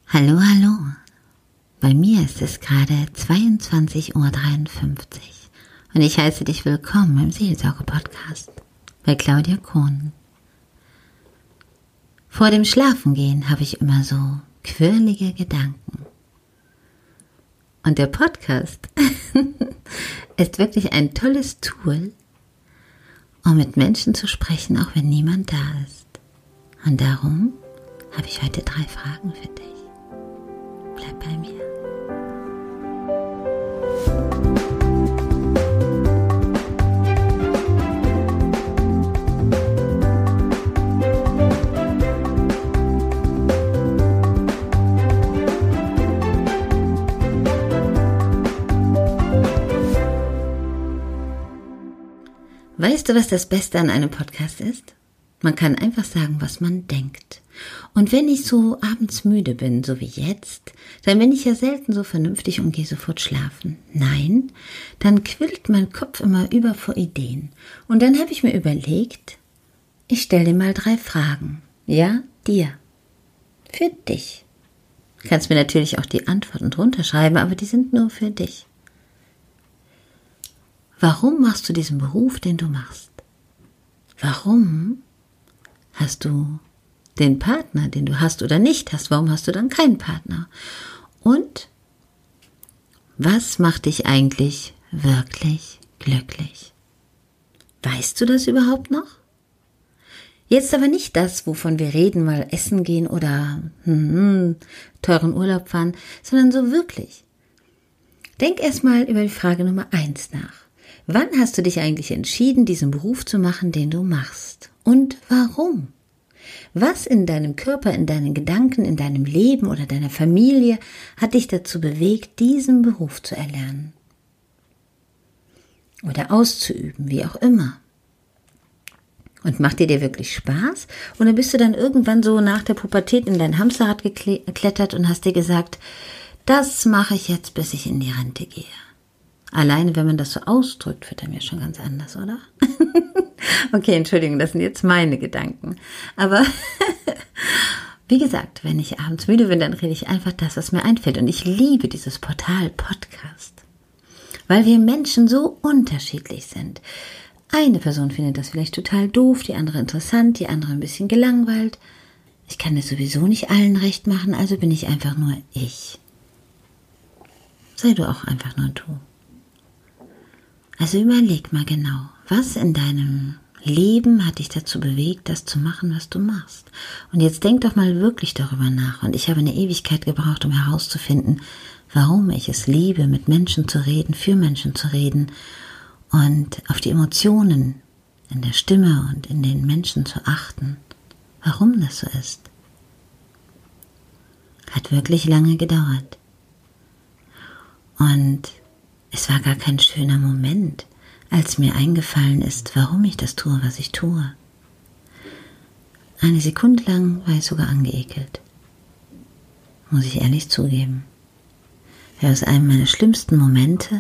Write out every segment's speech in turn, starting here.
Hallo, hallo. Bei mir ist es gerade 22:53 Uhr und ich heiße dich willkommen im Seelsorge-Podcast bei Claudia Kohn. Vor dem Schlafengehen habe ich immer so quirlige Gedanken. Und der Podcast ist wirklich ein tolles Tool, um mit Menschen zu sprechen, auch wenn niemand da ist. Und darum habe ich heute 3 Fragen für dich. Bleib bei mir. Weißt du, was das Beste an einem Podcast ist? Man kann einfach sagen, was man denkt. Und wenn ich so abends müde bin, so wie jetzt, dann bin ich ja selten so vernünftig und gehe sofort schlafen. Nein, dann quillt mein Kopf immer über vor Ideen. Und dann habe ich mir überlegt, ich stelle dir mal 3 Fragen. Ja, dir. Für dich. Du kannst mir natürlich auch die Antworten drunter schreiben, aber die sind nur für dich. Warum machst du diesen Beruf, den du machst? Warum hast du den Partner, den du hast oder nicht hast? Warum hast du dann keinen Partner? Und was macht dich eigentlich wirklich glücklich? Weißt du das überhaupt noch? Jetzt aber nicht das, wovon wir reden, mal essen gehen oder teuren Urlaub fahren, sondern so wirklich. Denk erstmal über die Frage Nummer 1 nach. Wann hast du dich eigentlich entschieden, diesen Beruf zu machen, den du machst? Und warum? Was in deinem Körper, in deinen Gedanken, in deinem Leben oder deiner Familie hat dich dazu bewegt, diesen Beruf zu erlernen? Oder auszuüben, wie auch immer. Und macht dir wirklich Spaß? Oder bist du dann irgendwann so nach der Pubertät in dein Hamsterrad geklettert und hast dir gesagt, das mache ich jetzt, bis ich in die Rente gehe? Alleine, wenn man das so ausdrückt, wird er mir schon ganz anders, oder? Okay, Entschuldigung, das sind jetzt meine Gedanken. Aber wie gesagt, wenn ich abends müde bin, dann rede ich einfach das, was mir einfällt. Und ich liebe dieses Portal Podcast, weil wir Menschen so unterschiedlich sind. Eine Person findet das vielleicht total doof, die andere interessant, die andere ein bisschen gelangweilt. Ich kann es sowieso nicht allen recht machen, also bin ich einfach nur ich. Sei du auch einfach nur du. Also überleg mal genau, was in deinem Leben hat dich dazu bewegt, das zu machen, was du machst. Und jetzt denk doch mal wirklich darüber nach. Und ich habe eine Ewigkeit gebraucht, um herauszufinden, warum ich es liebe, mit Menschen zu reden, für Menschen zu reden und auf die Emotionen in der Stimme und in den Menschen zu achten. Warum das so ist. Hat wirklich lange gedauert. Und es war gar kein schöner Moment, als mir eingefallen ist, warum ich das tue, was ich tue. Eine Sekunde lang war ich sogar angeekelt. Muss ich ehrlich zugeben. Weil aus einem meiner schlimmsten Momente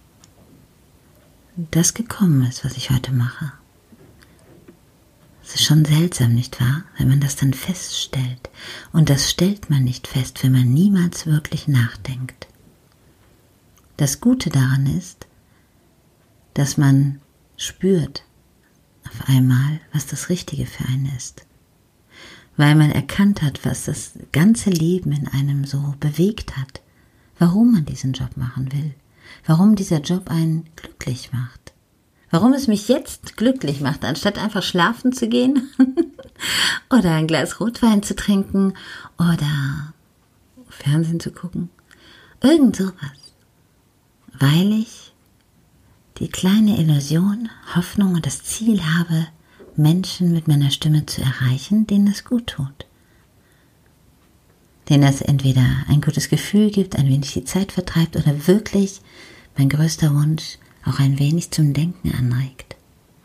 das gekommen ist, was ich heute mache. Es ist schon seltsam, nicht wahr? Wenn man das dann feststellt. Und das stellt man nicht fest, wenn man niemals wirklich nachdenkt. Das Gute daran ist, dass man spürt auf einmal, was das Richtige für einen ist. Weil man erkannt hat, was das ganze Leben in einem so bewegt hat. Warum man diesen Job machen will. Warum dieser Job einen glücklich macht. Warum es mich jetzt glücklich macht, anstatt einfach schlafen zu gehen oder ein Glas Rotwein zu trinken oder Fernsehen zu gucken. Irgend sowas. Weil ich die kleine Illusion, Hoffnung und das Ziel habe, Menschen mit meiner Stimme zu erreichen, denen es gut tut. Denen es entweder ein gutes Gefühl gibt, ein wenig die Zeit vertreibt oder wirklich, mein größter Wunsch, auch ein wenig zum Denken anregt.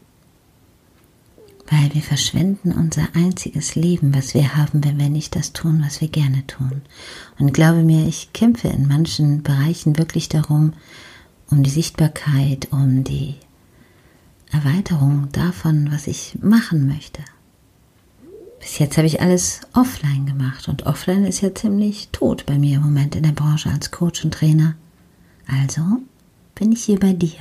Weil wir verschwenden unser einziges Leben, was wir haben, wenn wir nicht das tun, was wir gerne tun. Und glaube mir, ich kämpfe in manchen Bereichen wirklich darum, um die Sichtbarkeit, um die Erweiterung davon, was ich machen möchte. Bis jetzt habe ich alles offline gemacht und offline ist ja ziemlich tot bei mir im Moment in der Branche als Coach und Trainer. Also bin ich hier bei dir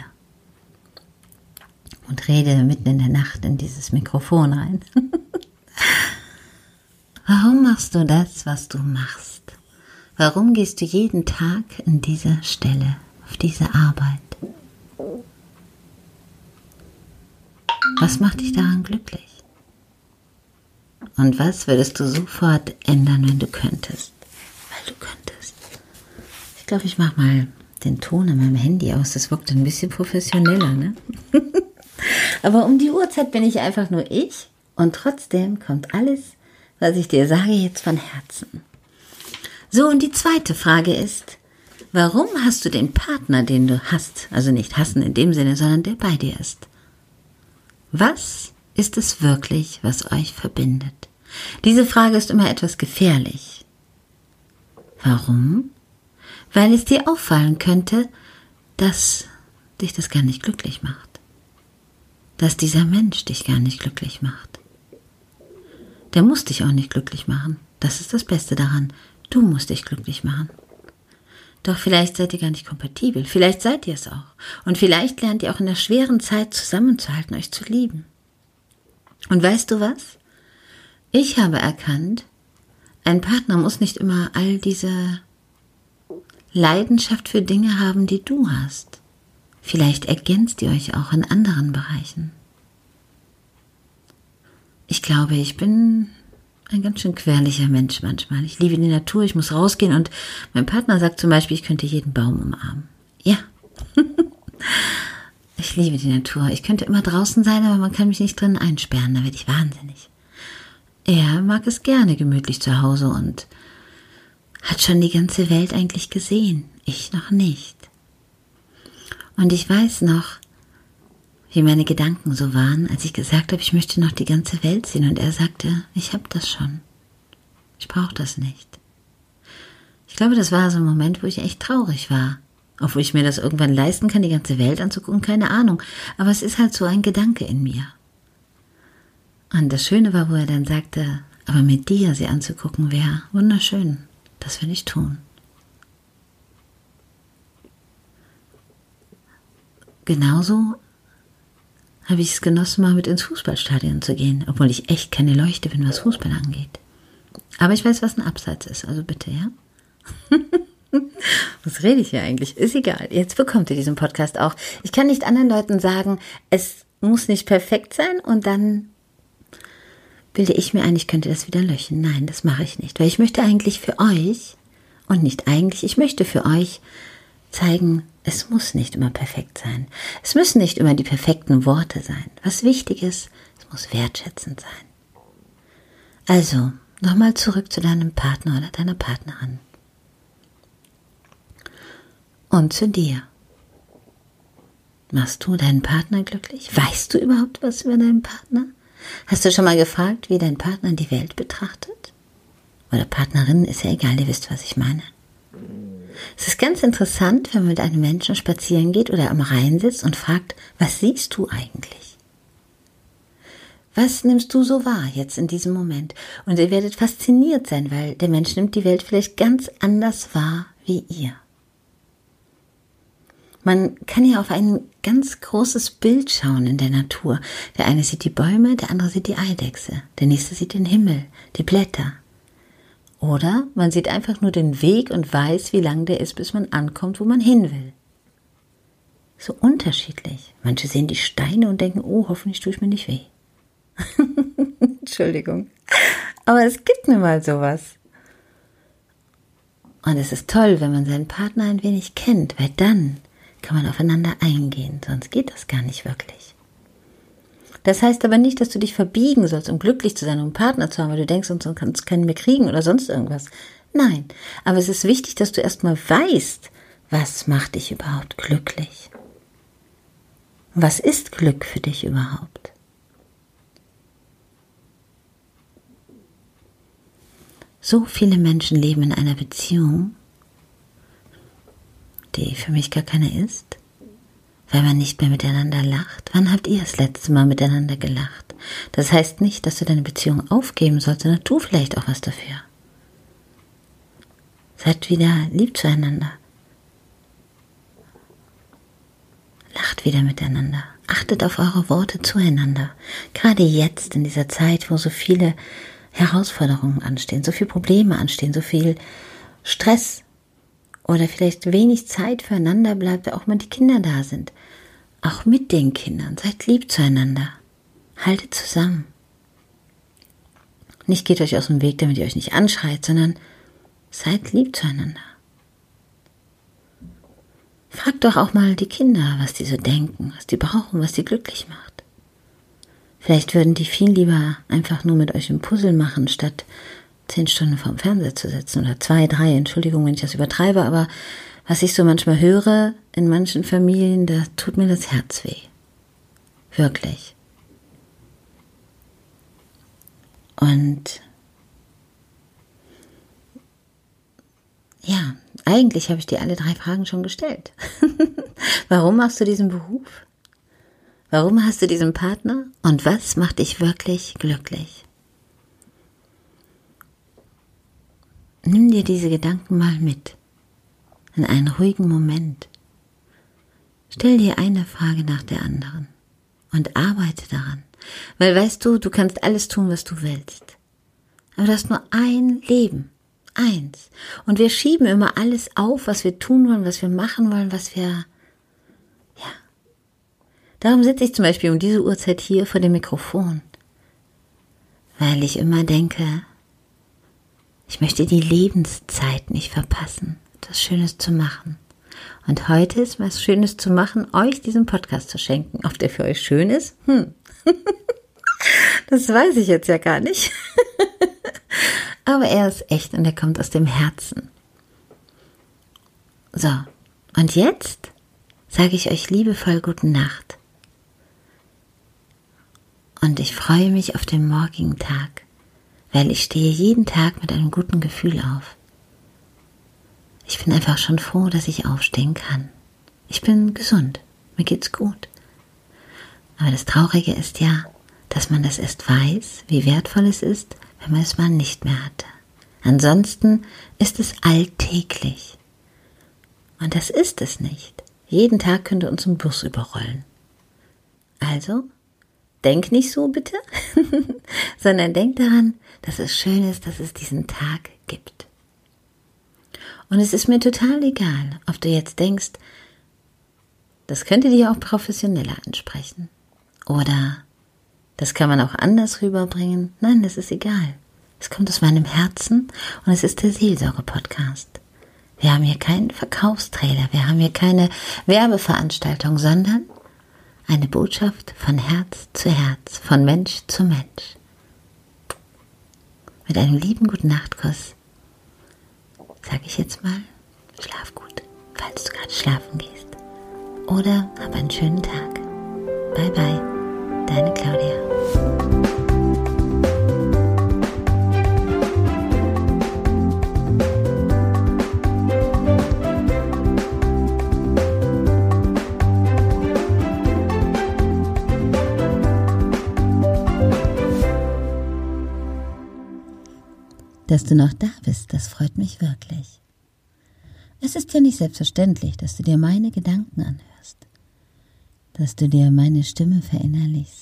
und rede mitten in der Nacht in dieses Mikrofon rein. Warum machst du das, was du machst? Warum gehst du jeden Tag in diese Stelle, auf diese Arbeit? Was macht dich daran glücklich? Und was würdest du sofort ändern, wenn du könntest? Weil du könntest. Ich glaube, ich mache mal den Ton an meinem Handy aus. Das wirkt ein bisschen professioneller, ne? Aber um die Uhrzeit bin ich einfach nur ich. Und trotzdem kommt alles, was ich dir sage, jetzt von Herzen. So, und die zweite Frage ist, warum hast du den Partner, den du hast, also nicht hassen in dem Sinne, sondern der bei dir ist? Was ist es wirklich, was euch verbindet? Diese Frage ist immer etwas gefährlich. Warum? Weil es dir auffallen könnte, dass dich das gar nicht glücklich macht. Dass dieser Mensch dich gar nicht glücklich macht. Der muss dich auch nicht glücklich machen. Das ist das Beste daran. Du musst dich glücklich machen. Doch vielleicht seid ihr gar nicht kompatibel. Vielleicht seid ihr es auch. Und vielleicht lernt ihr auch in der schweren Zeit zusammenzuhalten, euch zu lieben. Und weißt du was? Ich habe erkannt, ein Partner muss nicht immer all diese Leidenschaft für Dinge haben, die du hast. Vielleicht ergänzt ihr euch auch in anderen Bereichen. Ich glaube, ich bin ein ganz schön querlicher Mensch manchmal. Ich liebe die Natur, ich muss rausgehen und mein Partner sagt zum Beispiel, ich könnte jeden Baum umarmen. Ja, ich liebe die Natur. Ich könnte immer draußen sein, aber man kann mich nicht drin einsperren, da werde ich wahnsinnig. Er mag es gerne gemütlich zu Hause und hat schon die ganze Welt eigentlich gesehen. Ich noch nicht. Und ich weiß noch, wie meine Gedanken so waren, als ich gesagt habe, ich möchte noch die ganze Welt sehen. Und er sagte, ich habe das schon. Ich brauche das nicht. Ich glaube, das war so ein Moment, wo ich echt traurig war. Obwohl ich mir das irgendwann leisten kann, die ganze Welt anzugucken, keine Ahnung. Aber es ist halt so ein Gedanke in mir. Und das Schöne war, wo er dann sagte, aber mit dir sie anzugucken wäre wunderschön. Das will ich tun. Genauso habe ich es genossen, mal mit ins Fußballstadion zu gehen, obwohl ich echt keine Leuchte bin, was Fußball angeht. Aber ich weiß, was ein Abseits ist, also bitte, ja? Was rede ich hier eigentlich? Ist egal, jetzt bekommt ihr diesen Podcast auch. Ich kann nicht anderen Leuten sagen, es muss nicht perfekt sein und dann bilde ich mir ein, ich könnte das wieder löschen. Nein, das mache ich nicht, weil ich möchte eigentlich für euch, und nicht eigentlich, ich möchte für euch zeigen, es muss nicht immer perfekt sein. Es müssen nicht immer die perfekten Worte sein. Was wichtig ist, es muss wertschätzend sein. Also, nochmal zurück zu deinem Partner oder deiner Partnerin. Und zu dir. Machst du deinen Partner glücklich? Weißt du überhaupt was über deinen Partner? Hast du schon mal gefragt, wie dein Partner die Welt betrachtet? Oder Partnerin, ist ja egal, ihr wisst, was ich meine. Es ist ganz interessant, wenn man mit einem Menschen spazieren geht oder am Rhein sitzt und fragt, was siehst du eigentlich? Was nimmst du so wahr jetzt in diesem Moment? Und ihr werdet fasziniert sein, weil der Mensch nimmt die Welt vielleicht ganz anders wahr wie ihr. Man kann ja auf ein ganz großes Bild schauen in der Natur. Der eine sieht die Bäume, der andere sieht die Eidechse, der nächste sieht den Himmel, die Blätter. Oder man sieht einfach nur den Weg und weiß, wie lang der ist, bis man ankommt, wo man hin will. So unterschiedlich. Manche sehen die Steine und denken, oh, hoffentlich tue ich mir nicht weh. Entschuldigung. Aber es gibt nun mal sowas. Und es ist toll, wenn man seinen Partner ein wenig kennt, weil dann kann man aufeinander eingehen, sonst geht das gar nicht wirklich. Das heißt aber nicht, dass du dich verbiegen sollst, um glücklich zu sein, um einen Partner zu haben, weil du denkst, sonst kannst du keinen mehr kriegen oder sonst irgendwas. Nein, aber es ist wichtig, dass du erstmal weißt, was macht dich überhaupt glücklich? Was ist Glück für dich überhaupt? So viele Menschen leben in einer Beziehung, die für mich gar keine ist, weil man nicht mehr miteinander lacht. Wann habt ihr das letzte Mal miteinander gelacht? Das heißt nicht, dass du deine Beziehung aufgeben sollst, sondern tu vielleicht auch was dafür. Seid wieder lieb zueinander. Lacht wieder miteinander. Achtet auf eure Worte zueinander. Gerade jetzt in dieser Zeit, wo so viele Herausforderungen anstehen, so viele Probleme anstehen, so viel Stress oder vielleicht wenig Zeit füreinander bleibt, auch wenn die Kinder da sind. Auch mit den Kindern. Seid lieb zueinander. Haltet zusammen. Nicht geht euch aus dem Weg, damit ihr euch nicht anschreit, sondern seid lieb zueinander. Fragt doch auch mal die Kinder, was die so denken, was die brauchen, was die glücklich macht. Vielleicht würden die viel lieber einfach nur mit euch ein Puzzle machen, statt 10 Stunden vorm Fernseher zu sitzen oder 2, 3, Entschuldigung, wenn ich das übertreibe, aber was ich so manchmal höre in manchen Familien, da tut mir das Herz weh. Wirklich. Und ja, eigentlich habe ich dir alle 3 Fragen schon gestellt. Warum machst du diesen Beruf? Warum hast du diesen Partner? Und was macht dich wirklich glücklich? Nimm dir diese Gedanken mal mit. In einen ruhigen Moment. Stell dir eine Frage nach der anderen und arbeite daran. Weil weißt du, du kannst alles tun, was du willst. Aber du hast nur ein Leben. 1. Und wir schieben immer alles auf, was wir tun wollen, was wir machen wollen, Darum sitze ich zum Beispiel um diese Uhrzeit hier vor dem Mikrofon. Weil ich immer denke, ich möchte die Lebenszeit nicht verpassen, etwas Schönes zu machen. Und heute ist was Schönes zu machen, euch diesen Podcast zu schenken. Ob der für euch schön ist? Das weiß ich jetzt ja gar nicht. Aber er ist echt und er kommt aus dem Herzen. So, und jetzt sage ich euch liebevoll gute Nacht. Und ich freue mich auf den morgigen Tag, weil ich stehe jeden Tag mit einem guten Gefühl auf. Ich bin einfach schon froh, dass ich aufstehen kann. Ich bin gesund, mir geht's gut. Aber das Traurige ist ja, dass man das erst weiß, wie wertvoll es ist, wenn man es mal nicht mehr hatte. Ansonsten ist es alltäglich. Und das ist es nicht. Jeden Tag könnte uns ein Bus überrollen. Also, denk nicht so bitte, sondern denk daran, dass es schön ist, dass es diesen Tag gibt. Und es ist mir total egal, ob du jetzt denkst, das könnte dir auch professioneller ansprechen. Oder das kann man auch anders rüberbringen. Nein, das ist egal. Es kommt aus meinem Herzen und es ist der Seelsorge-Podcast. Wir haben hier keinen Verkaufstrailer, wir haben hier keine Werbeveranstaltung, sondern eine Botschaft von Herz zu Herz, von Mensch zu Mensch. Mit einem lieben Gute-Nacht-Kuss sage ich jetzt mal, schlaf gut, falls du gerade schlafen gehst. Oder hab einen schönen Tag. Bye bye, deine Claudia. Dass du noch da bist, das freut mich wirklich. Es ist ja nicht selbstverständlich, dass du dir meine Gedanken anhörst, dass du dir meine Stimme verinnerlichst.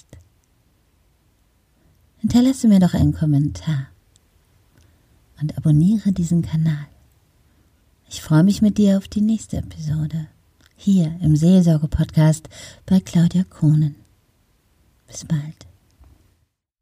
Hinterlasse mir doch einen Kommentar und abonniere diesen Kanal. Ich freue mich mit dir auf die nächste Episode, hier im Seelsorge-Podcast bei Claudia Kohnen. Bis bald.